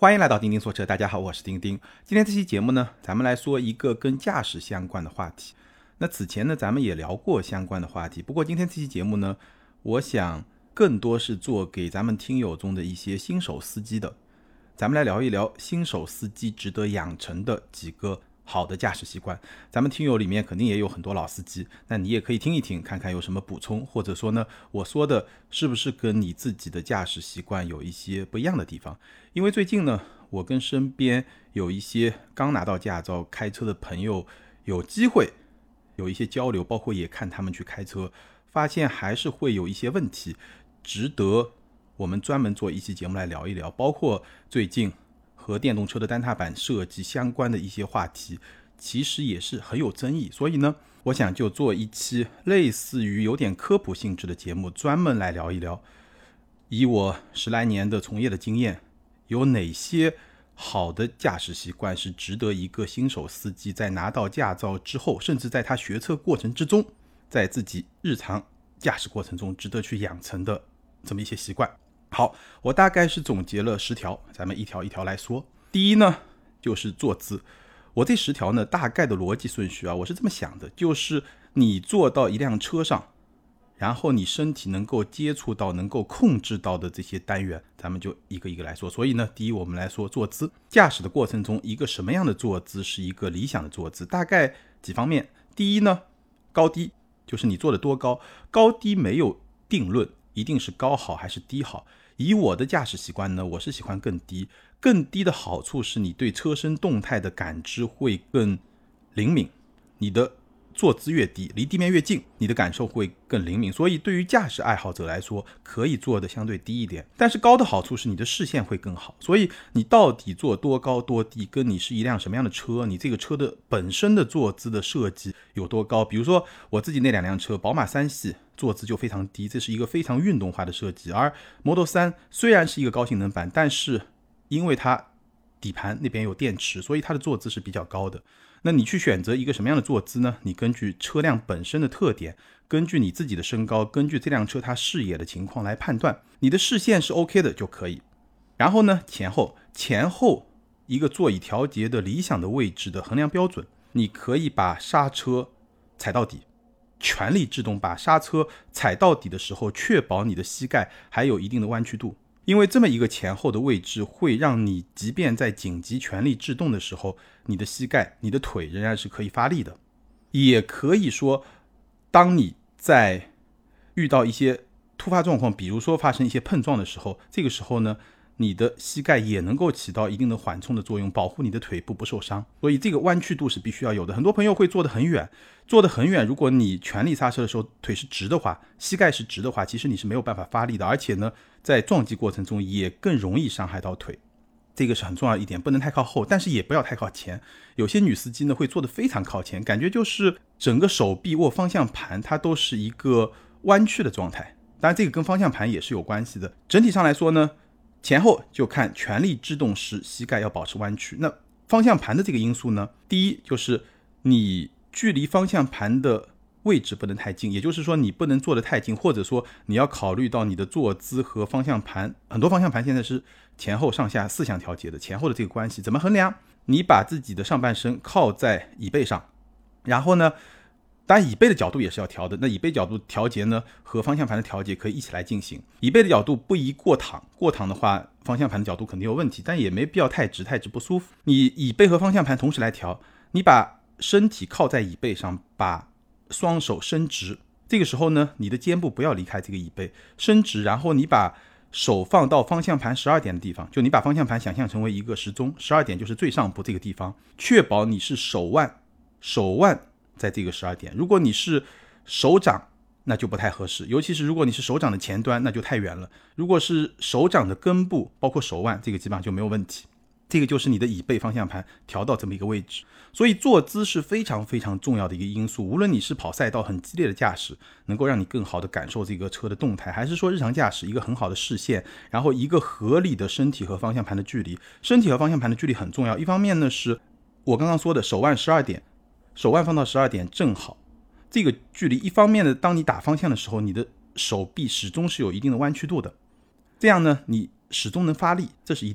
欢迎来到钉钉说车，大家好，我是钉钉。今天这期节目呢，咱们来说一个跟驾驶相关的话题。那此前呢，咱们也聊过相关的话题，不过今天这期节目呢，我想更多是做给咱们听友中的一些新手司机的。咱们来聊一聊新手司机值得养成的几个好的驾驶习惯。咱们听友里面肯定也有很多老司机，那你也可以听一听，看看有什么补充，或者说呢，我说的是不是跟你自己的驾驶习惯有一些不一样的地方。因为最近呢，我跟身边有一些刚拿到驾照开车的朋友有机会有一些交流，包括也看他们去开车，发现还是会有一些问题值得我们专门做一期节目来聊一聊，包括最近和电动车的单踏板设计相关的一些话题，其实也是很有争议。所以呢，我想就做一期类似于有点科普性质的节目，专门来聊一聊，以我10来年的从业的经验，有哪些好的驾驶习惯是值得一个新手司机在拿到驾照之后，甚至在他学车过程之中，在自己日常驾驶过程中值得去养成的这么一些习惯。好，我大概是总结了10条，咱们一条一条来说。第一呢，就是坐姿。我这10条呢，大概的逻辑顺序我是这么想的，就是你坐到一辆车上，然后你身体能够接触到、能够控制到的这些单元，咱们就一个一个来说。所以呢，第一，我们来说坐姿。驾驶的过程中，一个什么样的坐姿是一个理想的坐姿？大概几方面。第一呢，高低，就是你坐的多高。高低没有定论，一定是高好还是低好。以我的驾驶习惯呢，我是喜欢更低。更低的好处是你对车身动态的感知会更灵敏，你的坐姿越低，离地面越近，你的感受会更灵敏。所以对于驾驶爱好者来说，可以坐的相对低一点。但是高的好处是你的视线会更好。所以你到底坐多高多低，跟你是一辆什么样的车，你这个车的本身的坐姿的设计有多高。比如说我自己那2辆车，宝马3系坐姿就非常低，这是一个非常运动化的设计。而 Model 3虽然是一个高性能版，但是因为它底盘那边有电池，所以它的坐姿是比较高的。那你去选择一个什么样的坐姿呢？你根据车辆本身的特点，根据你自己的身高，根据这辆车它视野的情况来判断，你的视线是 OK 的就可以。然后呢，前后一个座椅调节的理想的位置的衡量标准，你可以把刹车踩到底，全力制动把刹车踩到底的时候，确保你的膝盖还有一定的弯曲度。因为这么一个前后的位置会让你即便在紧急全力制动的时候，你的膝盖、你的腿仍然是可以发力的。也可以说，当你在遇到一些突发状况，比如说发生一些碰撞的时候，这个时候呢，你的膝盖也能够起到一定的缓冲的作用，保护你的腿部不受伤。所以这个弯曲度是必须要有的。很多朋友会坐得很远，如果你全力刹车的时候腿是直的话，膝盖是直的话，其实你是没有办法发力的，而且呢，在撞击过程中也更容易伤害到腿。这个是很重要的一点，不能太靠后，但是也不要太靠前。有些女司机呢会坐得非常靠前，感觉就是整个手臂握方向盘它都是一个弯曲的状态。当然这个跟方向盘也是有关系的。整体上来说呢，前后就看全力制动时膝盖要保持弯曲。那方向盘的这个因素呢，第一就是你距离方向盘的位置不能太近，也就是说你不能坐得太近，或者说你要考虑到你的坐姿和方向盘，很多方向盘现在是前后上下4项调节的，前后的这个关系怎么衡量？你把自己的上半身靠在椅背上，然后呢，当然椅背的角度也是要调的，那椅背角度调节呢和方向盘的调节可以一起来进行。椅背的角度不宜过躺，过躺的话方向盘的角度肯定有问题，但也没必要太直，太直不舒服。你椅背和方向盘同时来调，你把身体靠在椅背上，把双手伸直，这个时候呢，你的肩部不要离开这个椅背，伸直，然后你把手放到方向盘12点的地方，就你把方向盘想象成为一个时钟，12点就是最上部这个地方，确保你是手腕在这个12点。如果你是手掌，那就不太合适，尤其是如果你是手掌的前端，那就太远了。如果是手掌的根部，包括手腕，这个基本上就没有问题。这个就是你的椅背方向盘调到这么一个位置。所以坐姿是非常非常重要的一个因素，无论你是跑赛道很激烈的驾驶，能够让你更好的感受这个车的动态，还是说日常驾驶一个很好的视线，然后一个合理的身体和方向盘的距离。身体和方向盘的距离很重要，一方面呢是我刚刚说的手腕12点，手腕放到12点正好，这个距离一方面呢，当你打方向的时候，你的手臂始终是有一定的弯曲度的，这样呢你始终能发力，这是一点。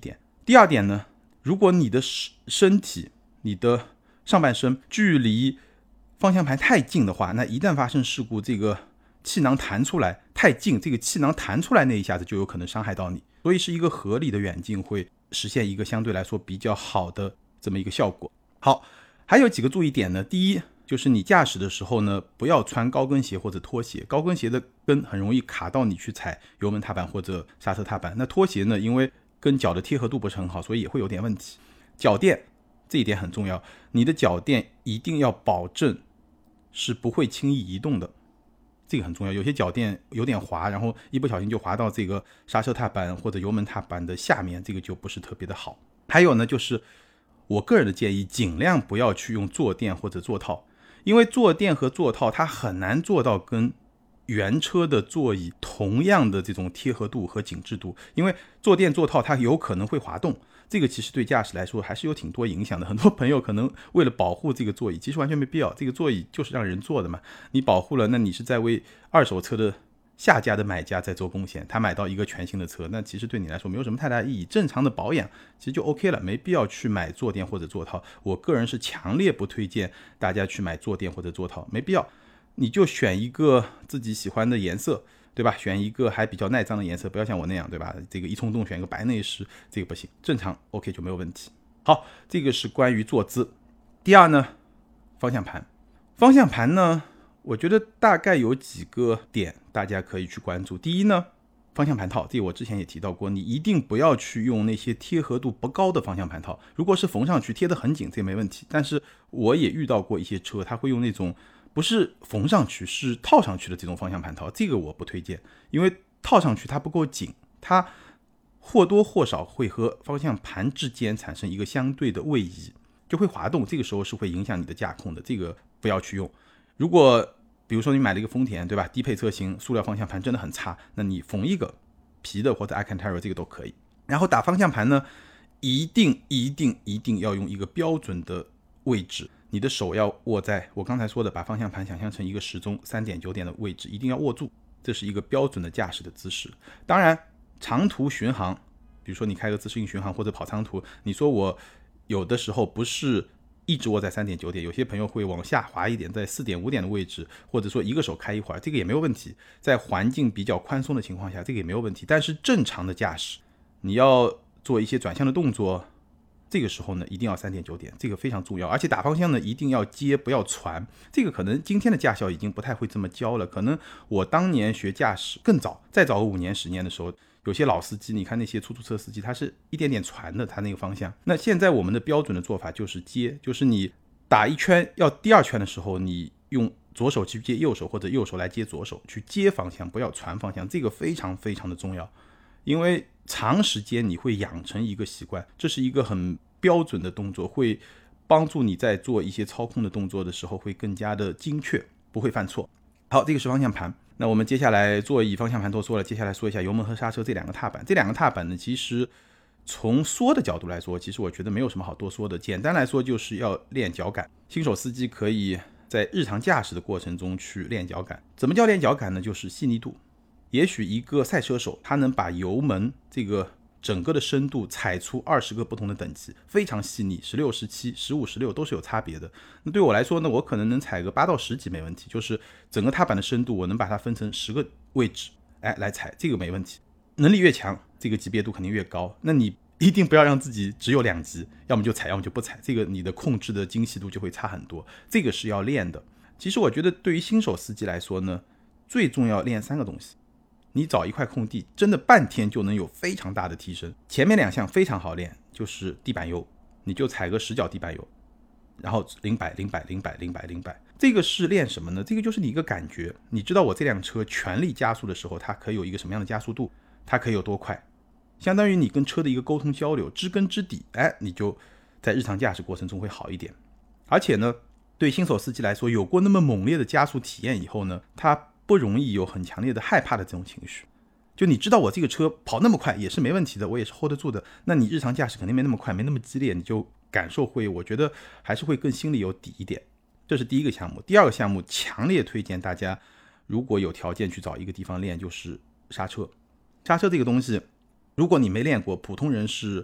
第二点呢，如果你的身体、你的上半身距离方向盘太近的话，那一旦发生事故，这个气囊弹出来太近，这个气囊弹出来那一下子就有可能伤害到你。所以是一个合理的远近会实现一个相对来说比较好的这么一个效果。好，还有几个注意点呢。第一，就是你驾驶的时候呢，不要穿高跟鞋或者拖鞋。高跟鞋的跟很容易卡到你去踩油门踏板或者刹车踏板。那拖鞋呢，因为跟脚的贴合度不是很好，所以也会有点问题。脚垫这一点很重要，你的脚垫一定要保证是不会轻易移动的，这个很重要。有些脚垫有点滑，然后一不小心就滑到这个刹车踏板或者油门踏板的下面，这个就不是特别的好。还有呢，就是我个人的建议，尽量不要去用坐垫或者座套，因为坐垫和座套它很难做到跟原车的座椅同样的这种贴合度和紧致度，因为坐垫座套它有可能会滑动，这个其实对驾驶来说还是有挺多影响的。很多朋友可能为了保护这个座椅，其实完全没必要，这个座椅就是让人坐的嘛，你保护了，那你是在为二手车的下家的买家在做贡献，他买到一个全新的车，那其实对你来说没有什么太大意义，正常的保养其实就 OK 了，没必要去买坐垫或者座套。我个人是强烈不推荐大家去买坐垫或者座套，没必要。你就选一个自己喜欢的颜色，对吧？选一个还比较耐脏的颜色，不要像我那样，对吧？这个一冲动选一个白内饰，这个不行，正常 OK 就没有问题。好，这个是关于坐姿。第二呢，方向盘。方向盘呢，我觉得大概有几个点大家可以去关注。第一呢，方向盘套，这个我之前也提到过，你一定不要去用那些贴合度不高的方向盘套。如果是缝上去贴得很紧，这个没问题。但是我也遇到过一些车，它会用那种不是缝上去是套上去的这种方向盘套，这个我不推荐，因为套上去它不够紧，它或多或少会和方向盘之间产生一个相对的位移，就会滑动，这个时候是会影响你的驾控的，这个不要去用。如果比如说你买了一个丰田，对吧？低配车型，塑料方向盘真的很差，那你缝一个皮的或者 Alcantara 这个都可以。然后打方向盘呢，一定要用一个标准的位置，你的手要握在我刚才说的，把方向盘想象成一个时钟 3.9 点的位置，一定要握住，这是一个标准的驾驶的姿势。当然长途巡航，比如说你开个自适应巡航或者跑长途，你说我有的时候不是一直握在 3.9 点，有些朋友会往下滑一点，在 4.5 点的位置，或者说一个手开一会儿，这个也没有问题，在环境比较宽松的情况下，这个也没有问题。但是正常的驾驶，你要做一些转向的动作，这个时候呢一定要 3.9 点，这个非常重要。而且打方向呢一定要接，不要传，这个可能今天的驾校已经不太会这么教了，可能我当年学驾驶更早，再早个5年10年的时候，有些老司机，你看那些出租车司机，他是一点点传的，他那个方向。那现在我们的标准的做法就是接，就是你打一圈要第二圈的时候，你用左手去接右手，或者右手来接左手，去接方向，不要传方向，这个非常非常的重要。因为长时间你会养成一个习惯，这是一个很标准的动作，会帮助你在做一些操控的动作的时候会更加的精确，不会犯错。好，这个是方向盘。那我们接下来座椅方向盘都说了，接下来说一下油门和刹车这两个踏板。这两个踏板呢，其实从说的角度来说，其实我觉得没有什么好多说的。简单来说就是要练脚感，新手司机可以在日常驾驶的过程中去练脚感。怎么叫练脚感呢？就是细腻度。也许一个赛车手他能把油门这个整个的深度踩出20个不同的等级，非常细腻，16、17、15、16都是有差别的。那对我来说呢，我可能能踩个8到10级没问题，就是整个踏板的深度我能把它分成10个位置，来踩，这个没问题。能力越强，这个级别度肯定越高。那你一定不要让自己只有2级，要么就踩，要么就不踩，这个你的控制的精细度就会差很多，这个是要练的。其实我觉得对于新手司机来说呢，最重要练3个东西。你找一块空地，真的半天就能有非常大的提升。前面2项非常好练，就是地板油，你就踩个10脚地板油，然后0百0百0百0百0百，这个是练什么呢？这个就是你一个感觉，你知道我这辆车全力加速的时候，它可以有一个什么样的加速度，它可以有多快，相当于你跟车的一个沟通交流，知根知底，你就在日常驾驶过程中会好一点。而且呢，对新手司机来说，有过那么猛烈的加速体验以后呢，他不容易有很强烈的害怕的这种情绪。就你知道我这个车跑那么快也是没问题的，我也是 hold 得住的，那你日常驾驶肯定没那么快，没那么激烈，你就感受会，我觉得还是会更心里有底一点。这是第一个项目。第二个项目强烈推荐大家，如果有条件去找一个地方练，就是刹车。刹车这个东西，如果你没练过，普通人是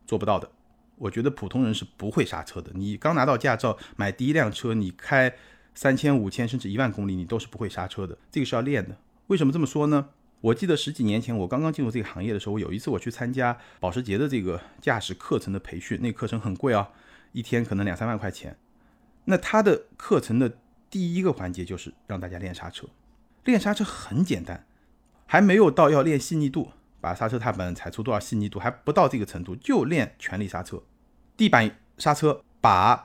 做不到的。我觉得普通人是不会刹车的。你刚拿到驾照，买第一辆车，你开3000、5000甚至1万公里，你都是不会刹车的，这个是要练的。为什么这么说呢？我记得10几年前我刚刚进入这个行业的时候，有一次我去参加保时捷的这个驾驶课程的培训，那个课程很贵啊，一天可能2-3万块钱。那他的课程的第一个环节就是让大家练刹车。练刹车很简单，还没有到要练细腻度，把刹车踏板踩出多少细腻度，还不到这个程度，就练全力刹车。地板刹车，把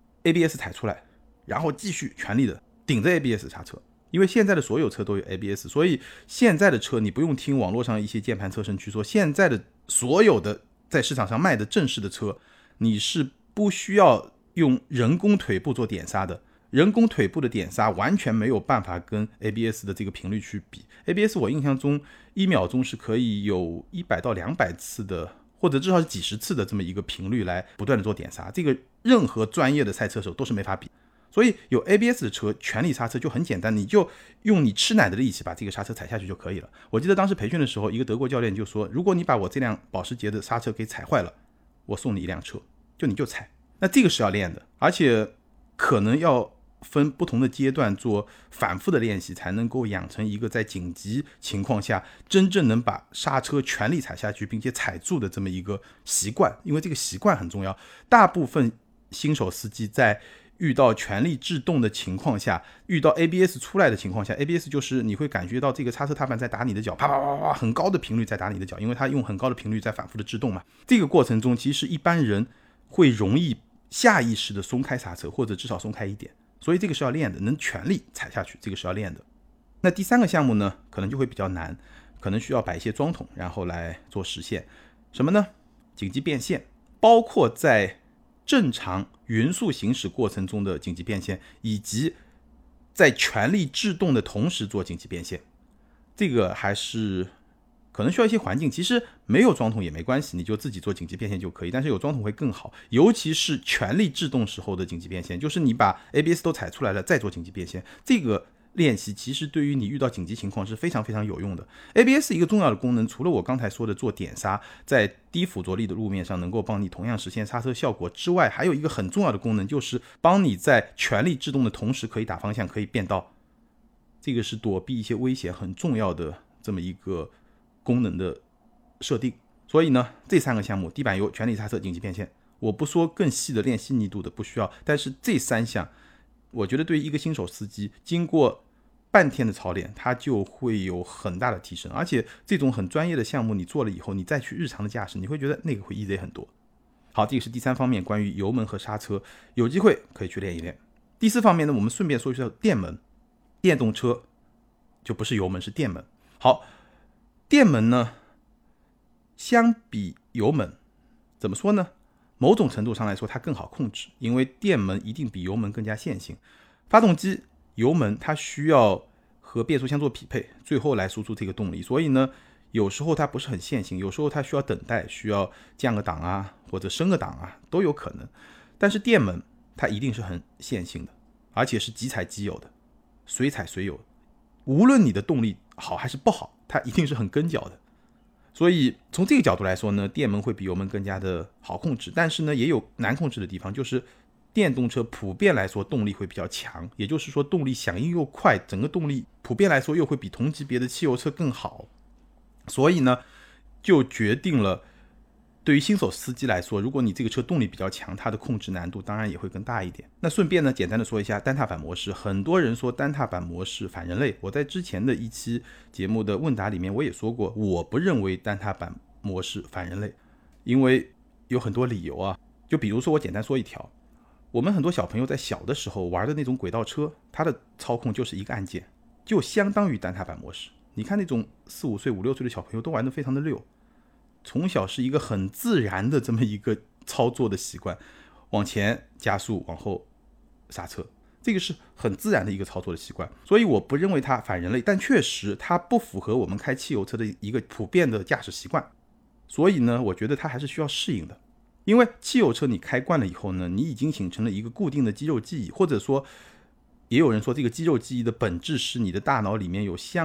ABS 踩出来，然后继续全力的顶着 ABS 刹车。因为现在的所有车都有 ABS， 所以现在的车你不用听网络上一些键盘车神去说，现在的所有的在市场上卖的正式的车，你是不需要用人工腿部做点刹的。人工腿部的点刹完全没有办法跟 ABS 的这个频率去比。 ABS 我印象中1秒钟是可以有100到200次的，或者至少是几十次的这么一个频率来不断的做点刹，这个任何专业的赛车手都是没法比。所以有 ABS 的车全力刹车就很简单，你就用你吃奶的力气把这个刹车踩下去就可以了。我记得当时培训的时候，一个德国教练就说，如果你把我这辆保时捷的刹车给踩坏了，我送你一辆车，就你就踩。那这个是要练的，而且可能要分不同的阶段做反复的练习，才能够养成一个在紧急情况下真正能把刹车全力踩下去并且踩住的这么一个习惯。因为这个习惯很重要。大部分新手司机在遇到全力制动的情况下，遇到 ABS 出来的情况下， ABS 就是你会感觉到这个刹车踏板在打你的脚，啪啪啪啪，很高的频率在打你的脚，因为它用很高的频率在反复的制动嘛。这个过程中其实一般人会容易下意识的松开刹车，或者至少松开一点，所以这个是要练的，能全力踩下去，这个是要练的。那第三个项目呢，可能就会比较难，可能需要摆一些桩桶然后来做实现。什么呢？紧急变线，包括在正常匀速行驶过程中的紧急变线，以及在全力制动的同时做紧急变线，这个还是可能需要一些环境。其实没有桩桶也没关系，你就自己做紧急变线就可以，但是有桩桶会更好。尤其是全力制动时候的紧急变线，就是你把 ABS 都踩出来了再做紧急变线，这个练习其实对于你遇到紧急情况是非常非常有用的。 ABS 一个重要的功能，除了我刚才说的做点刹，在低附着力的路面上能够帮你同样实现刹车效果之外，还有一个很重要的功能，就是帮你在全力制动的同时可以打方向，可以变道，这个是躲避一些危险很重要的这么一个功能的设定。所以呢，这3个项目，地板油、全力刹车、紧急变线，我不说更细的练细腻度的不需要，但是这3项我觉得对于一个新手司机经过半天的操练，它就会有很大的提升。而且这种很专业的项目你做了以后，你再去日常的驾驶，你会觉得那个会 easy 很多。好，这个是第3方面，关于油门和刹车，有机会可以去练一练。第4方面呢，我们顺便说一下电门。电动车就不是油门，是电门。好，电门呢相比油门怎么说呢，某种程度上来说它更好控制，因为电门一定比油门更加线性。发动机油门它需要和变速箱做匹配，最后来输出这个动力，所以呢有时候它不是很线性，有时候它需要等待，需要降个档啊或者升个档啊都有可能。但是电门它一定是很线性的，而且是即踩即有的，随踩随有，无论你的动力好还是不好，它一定是很跟脚的。所以从这个角度来说呢，电门会比油门更加的好控制，但是呢也有难控制的地方，就是电动车普遍来说动力会比较强，也就是说动力响应又快，整个动力普遍来说又会比同级别的汽油车更好。所以呢就决定了对于新手司机来说，如果你这个车动力比较强，它的控制难度当然也会更大一点。那顺便呢简单的说一下单踏板模式，很多人说单踏板模式反人类，我在之前的一期节目的问答里面我也说过，我不认为单踏板模式反人类，因为有很多理由啊。就比如说我简单说一条，我们很多小朋友在小的时候玩的那种轨道车，它的操控就是一个按键，就相当于单踏板模式。你看那种4、5岁、5、6岁的小朋友都玩得非常的溜，从小是一个很自然的这么一个操作的习惯，往前加速，往后刹车，这个是很自然的一个操作的习惯。所以我不认为它反人类，但确实它不符合我们开汽油车的一个普遍的驾驶习惯。所以呢我觉得它还是需要适应的。因为汽油车你开惯了以后呢，你已经形成了一个固定的肌肉记忆，或者说也有人说这个肌肉记忆的本质是你的大脑里面有相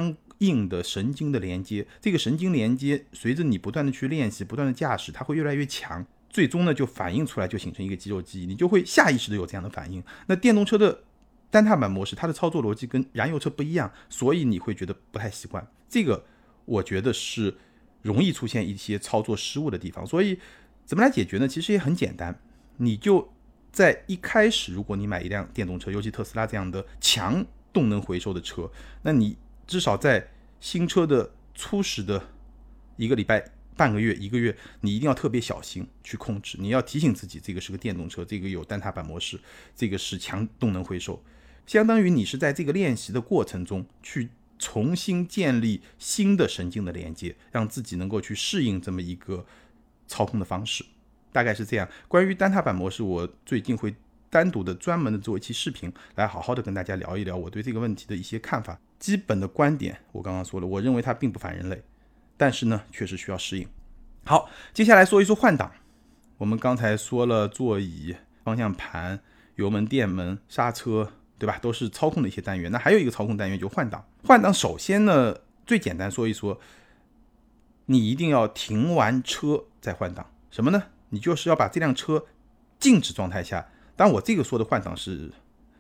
硬的神经的连接，这个神经连接随着你不断的去练习，不断的驾驶，它会越来越强，最终呢就反映出来，就形成一个肌肉记忆，你就会下意识的有这样的反应。那电动车的单踏板模式，它的操作逻辑跟燃油车不一样，所以你会觉得不太习惯，这个我觉得是容易出现一些操作失误的地方。所以怎么来解决呢？其实也很简单，你就在一开始，如果你买一辆电动车，尤其特斯拉这样的强动能回收的车，那你至少在新车的初始的1个礼拜、半个月、1个月，你一定要特别小心去控制。你要提醒自己，这个是个电动车，这个有单踏板模式，这个是强动能回收，相当于你是在这个练习的过程中去重新建立新的神经的连接，让自己能够去适应这么一个操控的方式，大概是这样。关于单踏板模式，我最近会单独的专门的做一期视频，来好好的跟大家聊一聊我对这个问题的一些看法。基本的观点我刚刚说了，我认为它并不反人类，但是呢确实需要适应。好，接下来说一说换挡。我们刚才说了座椅、方向盘、油门、电门、刹车，对吧，都是操控的一些单元。那还有一个操控单元就是换挡。换挡首先呢，最简单说一说，你一定要停完车再换挡。什么呢？你就是要把这辆车静止状态下，当然我这个说的换挡是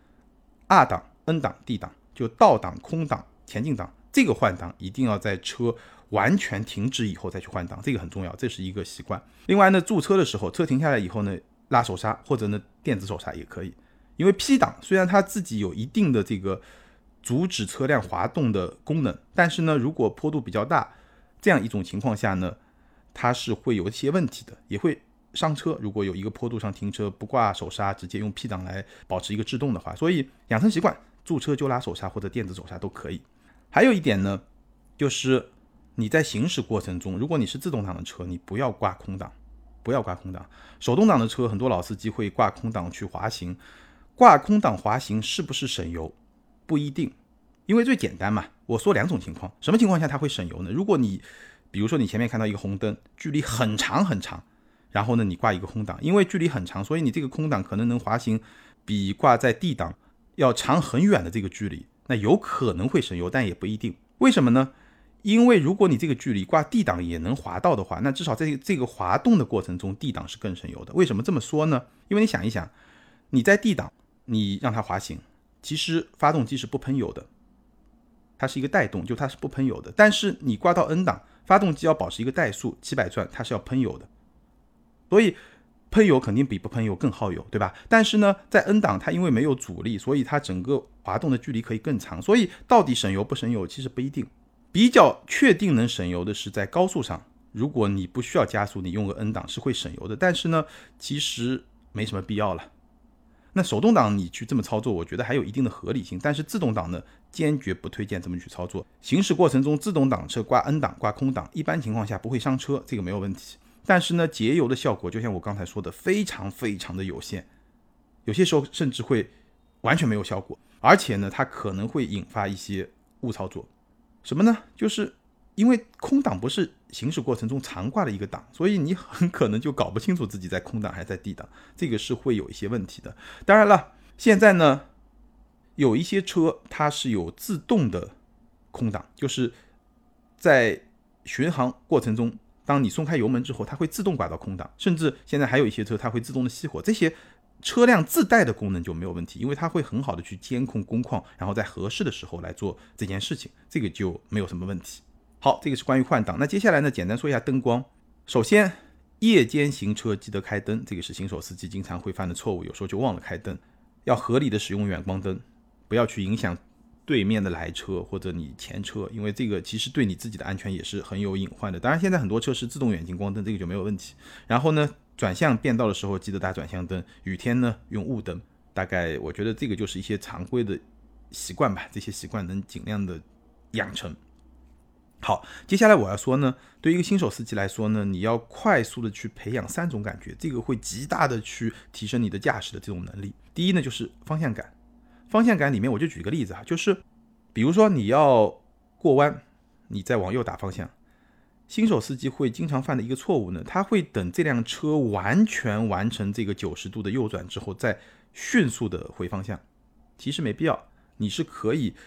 R 档、N 档、D 档，就倒档、空档、前进档，这个换挡一定要在车完全停止以后再去换挡，这个很重要，这是一个习惯。另外呢，驻车的时候，车停下来以后呢，拉手刹或者呢电子手刹也可以。因为 P 档虽然它自己有一定的这个阻止车辆滑动的功能，但是呢，如果坡度比较大，这样一种情况下呢，它是会有一些问题的，也会伤车。如果有一个坡度上停车不挂手刹，直接用 P 档来保持一个制动的话，所以养成习惯，驻车就拉手刹或者电子手刹都可以。还有一点呢，就是你在行驶过程中，如果你是自动挡的车，你不要挂空档，不要挂空档。手动挡的车，很多老司机会挂空档去滑行，挂空档滑行是不是省油？不一定，因为最简单嘛，我说两种情况，什么情况下它会省油呢？如果你比如说你前面看到一个红灯，距离很长很长，然后呢你挂一个空档，因为距离很长，所以你这个空档可能能滑行比挂在 D 档要长很远的这个距离，那有可能会省油，但也不一定。为什么呢？因为如果你这个距离挂 D 档也能滑到的话，那至少在这个滑动的过程中 D 档是更省油的。为什么这么说呢？因为你想一想，你在 D 档你让它滑行，其实发动机是不喷油的，它是一个带动，就它是不喷油的。但是你挂到 N 档，发动机要保持一个怠速700转，它是要喷油的，所以喷油肯定比不喷油更耗油，对吧？但是呢，在 N 档它因为没有阻力，所以它整个滑动的距离可以更长，所以到底省油不省油其实不一定。比较确定能省油的是在高速上，如果你不需要加速，你用个 N 档是会省油的，但是呢其实没什么必要了。那手动挡你去这么操作，我觉得还有一定的合理性，但是自动挡呢，坚决不推荐这么去操作。行驶过程中自动挡车挂 N 档挂空档，一般情况下不会伤车，这个没有问题。但是呢，节油的效果就像我刚才说的，非常非常的有限，有些时候甚至会完全没有效果，而且呢，它可能会引发一些误操作。什么呢？就是因为空档不是行驶过程中常挂的一个档，所以你很可能就搞不清楚自己在空档还是在 D 档，这个是会有一些问题的。当然了，现在呢，有一些车它是有自动的空档，就是在巡航过程中，当你松开油门之后，它会自动挂到空档，甚至现在还有一些车它会自动的熄火，这些车辆自带的功能就没有问题，因为它会很好的去监控工况，然后在合适的时候来做这件事情，这个就没有什么问题。好，这个是关于换挡。那接下来呢，简单说一下灯光。首先，夜间行车记得开灯，这个是新手司机经常会犯的错误，有时候就忘了开灯。要合理的使用远光灯，不要去影响对面的来车或者你前车，因为这个其实对你自己的安全也是很有隐患的。当然现在很多车是自动远近光灯，这个就没有问题。然后呢，转向变道的时候记得打转向灯，雨天呢用雾灯。大概我觉得这个就是一些常规的习惯吧，这些习惯能尽量的养成。好，接下来我要说呢，对于一个新手司机来说呢，你要快速的去培养3种感觉，这个会极大的去提升你的驾驶的这种能力。第一呢，就是方向感。方向感里面我就举个例子就是比如说你要过弯，你再往右打方向，新手司机会经常犯的一个错误呢，他会等这辆车完全完成这个90度的右转之后，再迅速的回方向。其实没必要，你是可以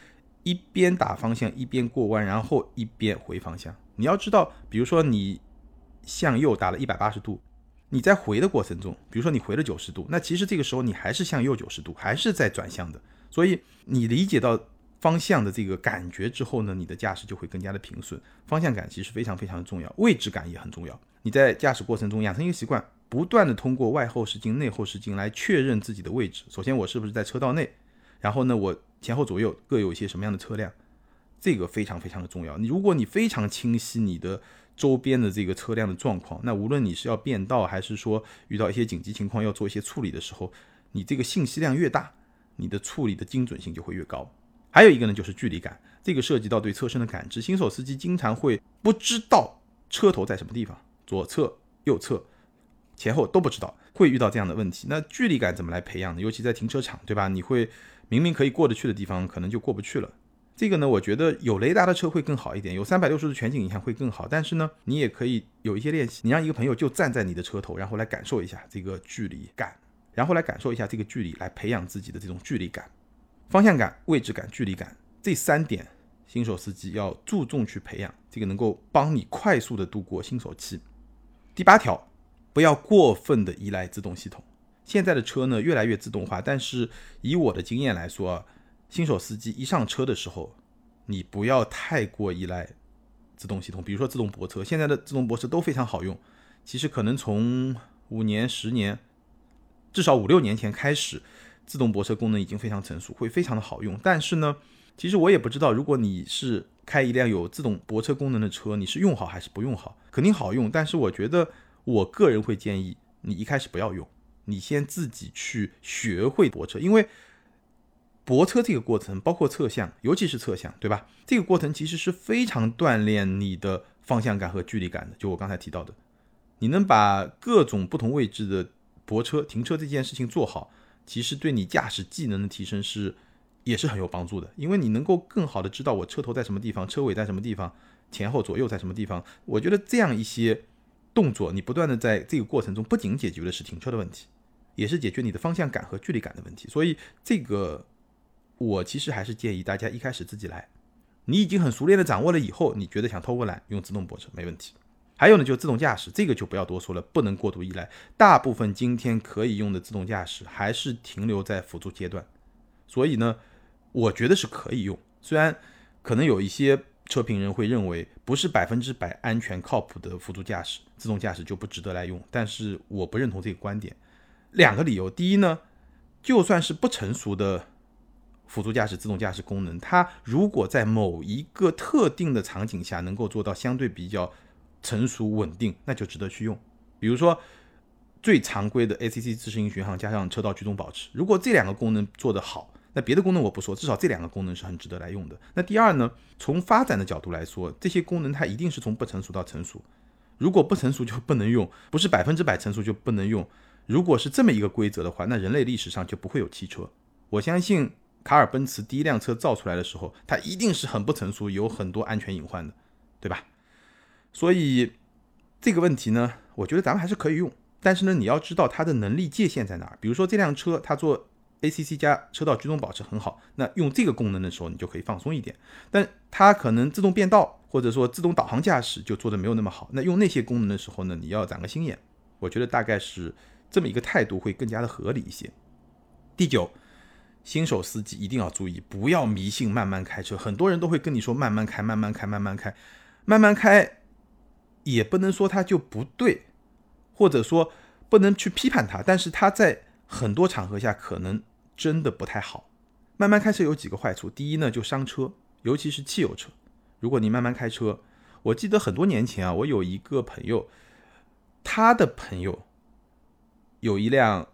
一边打方向一边过弯，然后一边回方向。你要知道，比如说你向右打了180度，你在回的过程中，比如说你回了90度，那其实这个时候你还是向右90度，还是在转向的。所以你理解到方向的这个感觉之后呢，你的驾驶就会更加的平顺。方向感其实非常非常的重要，位置感也很重要。你在驾驶过程中养成一个习惯，不断的通过外后视镜、内后视镜来确认自己的位置。首先我是不是在车道内，然后呢我前后左右各有一些什么样的车辆，这个非常非常的重要。如果你非常清晰你的周边的这个车辆的状况，那无论你是要变道还是说遇到一些紧急情况要做一些处理的时候，你这个信息量越大，你的处理的精准性就会越高。还有一个呢就是距离感，这个涉及到对车身的感知。新手司机经常会不知道车头在什么地方，左侧右侧前后都不知道，会遇到这样的问题。那距离感怎么来培养呢？尤其在停车场，对吧？你会明明可以过得去的地方可能就过不去了。这个呢我觉得有雷达的车会更好一点，有360度全景影像会更好。但是呢你也可以有一些练习，你让一个朋友就站在你的车头，然后来感受一下这个距离感，然后来感受一下这个距离，来培养自己的这种距离感。方向感、位置感、距离感，这3点新手司机要注重去培养，这个能够帮你快速的度过新手期。第8条，不要过分的依赖自动系统。现在的车呢越来越自动化，但是以我的经验来说，新手司机一上车的时候，你不要太过依赖自动系统。比如说自动泊车，现在的自动泊车都非常好用，其实可能从5年10年至少5-6年前开始，自动泊车功能已经非常成熟，会非常的好用。但是呢其实我也不知道，如果你是开一辆有自动泊车功能的车，你是用好还是不用好。肯定好用，但是我觉得我个人会建议你一开始不要用，你先自己去学会泊车。因为泊车这个过程包括侧向，尤其是侧向，对吧？这个过程其实是非常锻炼你的方向感和距离感的。就我刚才提到的，你能把各种不同位置的泊车停车这件事情做好，其实对你驾驶技能的提升也是很有帮助的。因为你能够更好的知道我车头在什么地方，车尾在什么地方，前后左右在什么地方。我觉得这样一些动作，你不断的在这个过程中，不仅解决的是停车的问题，也是解决你的方向感和距离感的问题。所以这个我其实还是建议大家一开始自己来，你已经很熟练的掌握了以后，你觉得想偷个懒用自动泊车没问题。还有呢就自动驾驶，这个就不要多说了，不能过度依赖。大部分今天可以用的自动驾驶还是停留在辅助阶段，所以呢我觉得是可以用。虽然可能有一些车评人会认为不是100%安全靠谱的辅助驾驶，自动驾驶就不值得来用，但是我不认同这个观点。2个理由，第一呢，就算是不成熟的辅助驾驶自动驾驶功能，它如果在某一个特定的场景下能够做到相对比较成熟稳定，那就值得去用。比如说最常规的 ACC 自适应巡航加上车道居中保持，如果这2个功能做得好，那别的功能我不说，至少这2个功能是很值得来用的。那第二呢，从发展的角度来说，这些功能它一定是从不成熟到成熟，如果不成熟就不能用，不是100%成熟就不能用。如果是这么一个规则的话，那人类历史上就不会有汽车。我相信卡尔奔驰第一辆车造出来的时候，它一定是很不成熟，有很多安全隐患的，对吧？所以这个问题呢，我觉得咱们还是可以用，但是呢，你要知道它的能力界限在哪儿。比如说这辆车它做 ACC 加车道居中保持很好，那用这个功能的时候你就可以放松一点。但它可能自动变道或者说自动导航驾驶就做的没有那么好，那用那些功能的时候呢，你要长个心眼。我觉得大概是这么一个态度会更加的合理一些。第9，新手司机一定要注意，不要迷信慢慢开车。很多人都会跟你说慢慢开慢慢开慢慢开，慢慢开也不能说它就不对，或者说不能去批判它，但是它在很多场合下可能真的不太好。慢慢开车有几个坏处，第一呢就伤车，尤其是汽油车。如果你慢慢开车，我记得很多年前啊，我有一个朋友，他的朋友有一辆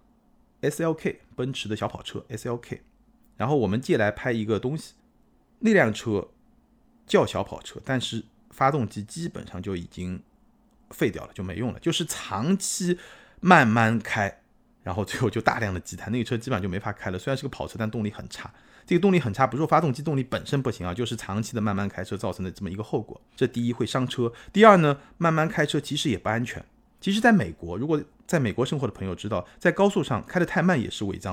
SLK 奔驰的小跑车 SLK， 然后我们借来拍一个东西。那辆车叫小跑车，但是发动机基本上就已经废掉了，就没用了，就是长期慢慢开，然后最后就大量的积碳，那个车基本上就没法开了。虽然是个跑车，但动力很差。这个动力很差不是说发动机动力本身不行啊，就是长期的慢慢开车造成的这么一个后果。这第一会伤车，第二呢，慢慢开车其实也不安全。其实在美国，如果在美国生活的朋友知道，在高速上开得太慢也是违章的，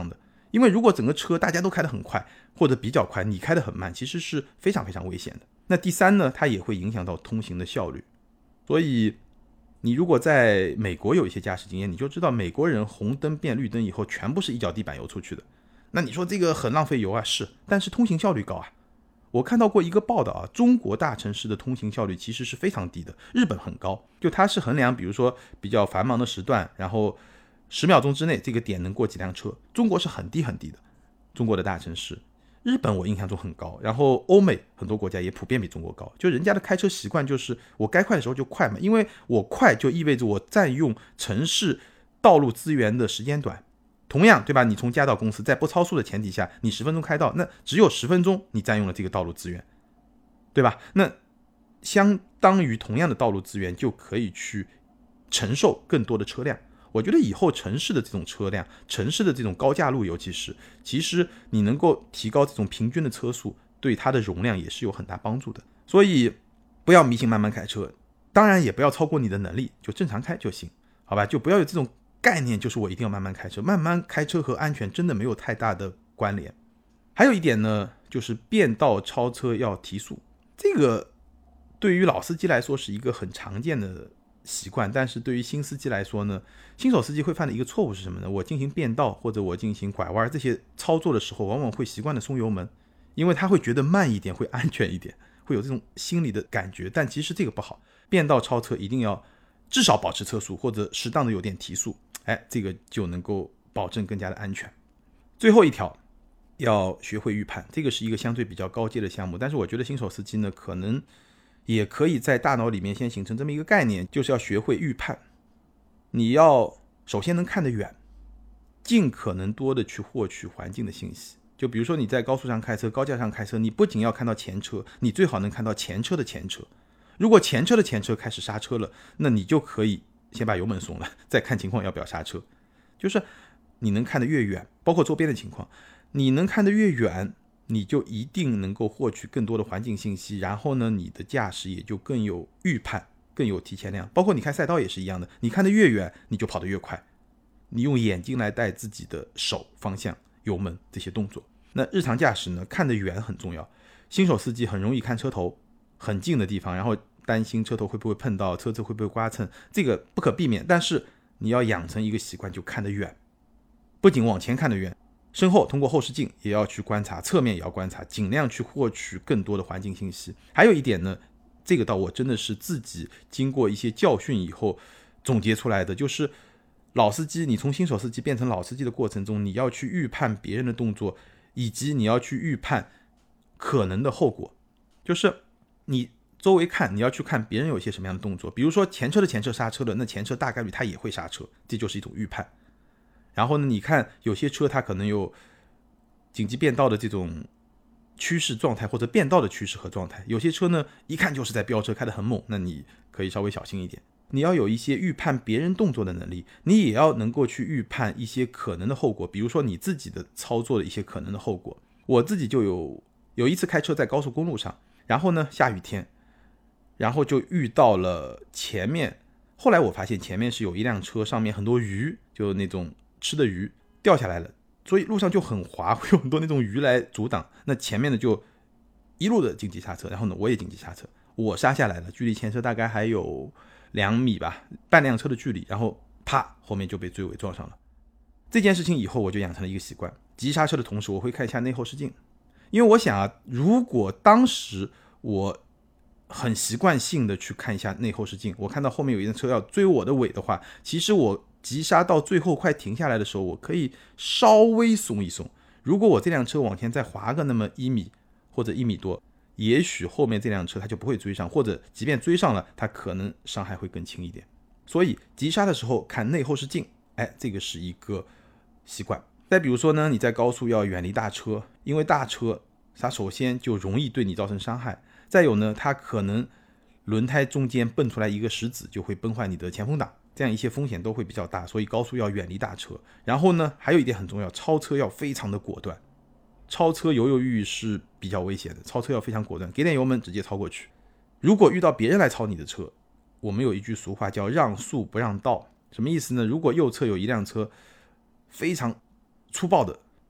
因为如果整个车大家都开得很快或者比较快，你开得很慢，其实是非常非常危险的。那第三呢，它也会影响到通行的效率。所以你如果在美国有一些驾驶经验，你就知道美国人红灯变绿灯以后全部是一脚地板油出去的。那你说这个很浪费油啊，是，但是通行效率高啊。我看到过一个报道啊，中国大城市的通行效率其实是非常低的，日本很高，就它是衡量比如说比较繁忙的时段，然后10秒钟之内这个点能过几辆车，中国是很低很低的，中国的大城市。日本我印象中很高，然后欧美很多国家也普遍比中国高，就人家的开车习惯就是我该快的时候就快嘛，因为我快就意味着我占用城市道路资源的时间短。同样对吧，你从家到公司在不超速的前提下，你10分钟开到，那只有10分钟你占用了这个道路资源，对吧？那相当于同样的道路资源就可以去承受更多的车辆。我觉得以后城市的这种车辆，城市的这种高架路，尤其是其实你能够提高这种平均的车速，对它的容量也是有很大帮助的。所以不要迷信慢慢开车，当然也不要超过你的能力，就正常开就行，好吧？就不要有这种概念，就是我一定要慢慢开车。慢慢开车和安全真的没有太大的关联。还有一点呢，就是变道超车要提速，这个对于老司机来说是一个很常见的习惯，但是对于新司机来说呢，新手司机会犯的一个错误是什么呢？我进行变道或者我进行拐弯这些操作的时候，往往会习惯的松油门，因为他会觉得慢一点会安全一点，会有这种心理的感觉。但其实这个不好，变道超车一定要至少保持车速，或者适当的有点提速，这个就能够保证更加的安全。最后一条，要学会预判，这个是一个相对比较高阶的项目，但是我觉得新手司机呢，可能也可以在大脑里面先形成这么一个概念，就是要学会预判。你要首先能看得远，尽可能多的去获取环境的信息。就比如说你在高速上开车，高架上开车，你不仅要看到前车，你最好能看到前车的前车。如果前车的前车开始刹车了，那你就可以先把油门松了，再看情况要不要刹车。就是你能看得越远，包括周边的情况，你能看得越远，你就一定能够获取更多的环境信息，然后呢，你的驾驶也就更有预判，更有提前量。包括你开赛道也是一样的，你看得越远，你就跑得越快。你用眼睛来带自己的手、方向、油门这些动作。那日常驾驶呢，看得远很重要。新手司机很容易看车头很近的地方，然后担心车头会不会碰到，车子会不会刮蹭，这个不可避免。但是你要养成一个习惯，就看得远，不仅往前看得远，身后通过后视镜也要去观察，侧面也要观察，尽量去获取更多的环境信息。还有一点呢，这个倒我真的是自己经过一些教训以后总结出来的，就是老司机，你从新手司机变成老司机的过程中，你要去预判别人的动作，以及你要去预判可能的后果。就是你周围看，你要去看别人有些什么样的动作，比如说前车的前车刹车了，那前车大概率它也会刹车，这就是一种预判。然后呢，你看有些车它可能有紧急变道的这种趋势状态，或者变道的趋势和状态，有些车呢一看就是在飙车，开得很猛，那你可以稍微小心一点。你要有一些预判别人动作的能力，你也要能够去预判一些可能的后果，比如说你自己的操作的一些可能的后果。我自己就有一次开车在高速公路上，然后呢下雨天，然后就遇到了前面，后来我发现前面是有一辆车，上面很多鱼，就那种吃的鱼掉下来了，所以路上就很滑，会有很多那种鱼来阻挡。那前面的就一路的紧急刹车，然后呢我也紧急刹车，我刹下来了，距离前车大概还有2米吧，半辆车的距离，然后啪，后面就被追尾撞上了。这件事情以后我就养成了一个习惯，急刹车的同时我会看一下内后视镜，因为我想啊，如果当时我很习惯性的去看一下内后视镜，我看到后面有一辆车要追我的尾的话，其实我急刹到最后快停下来的时候，我可以稍微松一松。如果我这辆车往前再滑个那么1米或者1米多，也许后面这辆车它就不会追上，或者即便追上了，它可能伤害会更轻一点。所以急刹的时候看内后视镜，这个是一个习惯。再比如说呢，你在高速要远离大车，因为大车它首先就容易对你造成伤害，再有呢，它可能轮胎中间蹦出来一个石子，就会崩坏你的前风挡，这样一些风险都会比较大，所以高速要远离大车。然后呢，还有一点很重要，超车要非常的果断，超车犹犹豫豫是比较危险的，超车要非常果断，给点油门直接超过去。如果遇到别人来超你的车，我们有一句俗话叫让速不让道，什么意思呢？如果右侧有一辆车非常粗暴的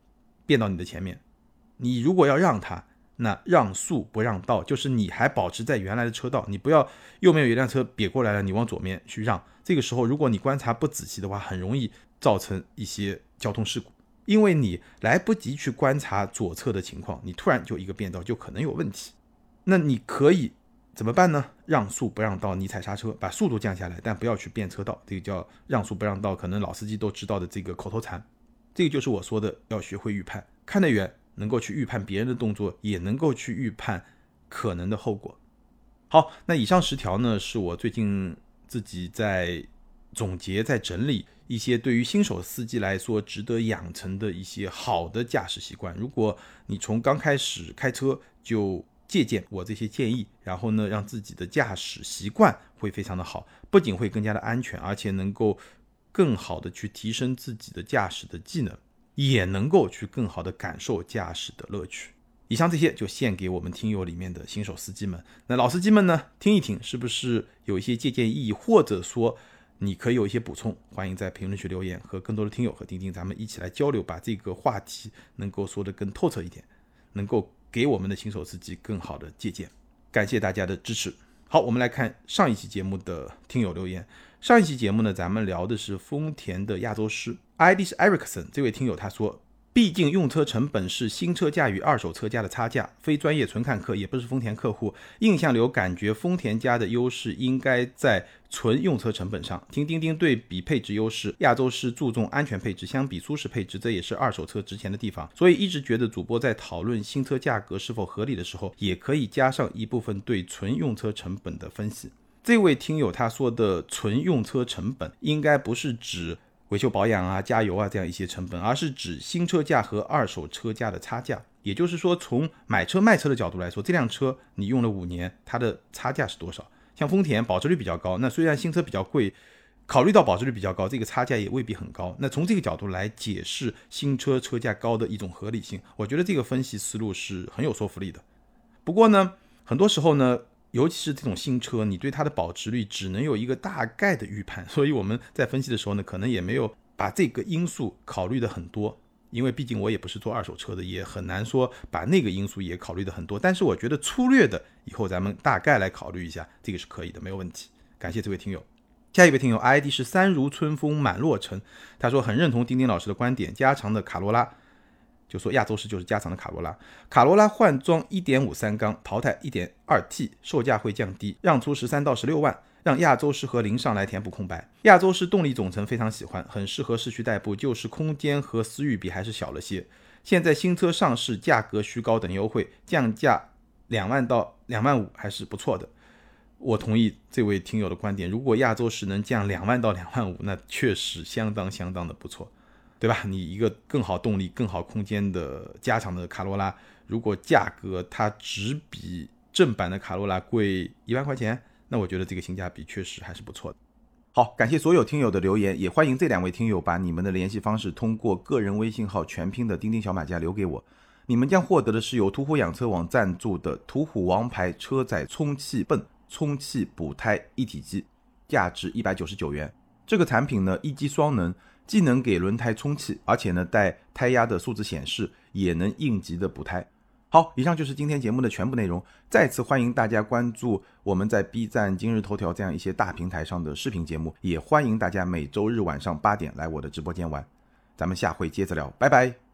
变到你的前面。你如果要让它，那让速不让道，就是你还保持在原来的车道，你不要右面有一辆车别过来了，你往左面去让。这个时候如果你观察不仔细的话，很容易造成一些交通事故，因为你来不及去观察左侧的情况，你突然就一个变道就可能有问题。那你可以怎么办呢？让速不让道，你踩刹车，把速度降下来，但不要去变车道，这个叫让速不让道，可能老司机都知道的这个口头禅。这个就是我说的要学会预判，看得远，能够去预判别人的动作，也能够去预判可能的后果。好，那以上10条呢，是我最近自己在总结在整理一些对于新手司机来说值得养成的一些好的驾驶习惯。如果你从刚开始开车就借鉴我这些建议，然后呢，让自己的驾驶习惯会非常的好，不仅会更加的安全，而且能够更好的去提升自己的驾驶的技能，也能够去更好的感受驾驶的乐趣。以上这些就献给我们听友里面的新手司机们。那老司机们呢，听一听是不是有一些借鉴意义，或者说你可以有一些补充，欢迎在评论区留言，和更多的听友和丁丁咱们一起来交流，把这个话题能够说得更透彻一点，能够给我们的新手司机更好的借鉴。感谢大家的支持。好，我们来看上一期节目的听友留言。上一期节目呢，咱们聊的是丰田的亚洲狮， ID 是 Erickson， 这位听友他说，毕竟用车成本是新车价与二手车价的差价，非专业纯看客，也不是丰田客户，印象里有感觉丰田家的优势应该在纯用车成本上。听钉钉对比配置优势，亚洲狮注重安全配置，相比舒适配置，这也是二手车值钱的地方。所以一直觉得主播在讨论新车价格是否合理的时候，也可以加上一部分对纯用车成本的分析。这位听友他说的纯用车成本，应该不是指维修保养啊、加油啊这样一些成本，而是指新车价和二手车价的差价。也就是说，从买车卖车的角度来说，这辆车你用了5年，它的差价是多少？像丰田保值率比较高，那虽然新车比较贵，考虑到保值率比较高，这个差价也未必很高。那从这个角度来解释新车车价高的一种合理性，我觉得这个分析思路是很有说服力的。不过呢，很多时候呢，尤其是这种新车，你对它的保值率只能有一个大概的预判，所以我们在分析的时候呢，可能也没有把这个因素考虑的很多，因为毕竟我也不是做二手车的，也很难说把那个因素也考虑的很多。但是我觉得粗略的，以后咱们大概来考虑一下，这个是可以的，没有问题。感谢这位听友。下一位听友 ID 是三如春风满洛城，他说很认同丁丁老师的观点，加长的卡罗拉，就说亚洲狮就是加长的卡罗拉，卡罗拉换装 1.5 三缸，淘汰 1.2T， 售价会降低，让出13到16万，让亚洲狮和凌尚来填补空白。亚洲狮动力总成非常喜欢，很适合市区代步，就是空间和思域比还是小了些。现在新车上市，价格虚高等优惠，降价2万到2万5还是不错的。我同意这位听友的观点，如果亚洲狮能降2万到2万5，那确实相当的不错，对吧？你一个更好动力、更好空间的加长的卡罗拉，如果价格它只比正版的卡罗拉贵1万块钱，那我觉得这个性价比确实还是不错的。好，感谢所有听友的留言，也欢迎这2位听友把你们的联系方式通过个人微信号全拼的钉钉小马甲留给我，你们将获得的是由途虎养车网赞助的途虎王牌车载充气泵充气补胎一体机，价值199元。这个产品呢，一机双能，既能给轮胎充气，而且呢带胎压的数字显示，也能应急的补胎。好，以上就是今天节目的全部内容。再次欢迎大家关注我们在 B 站、今日头条这样一些大平台上的视频节目，也欢迎大家每周日晚上8点来我的直播间玩。咱们下回接着聊，拜拜。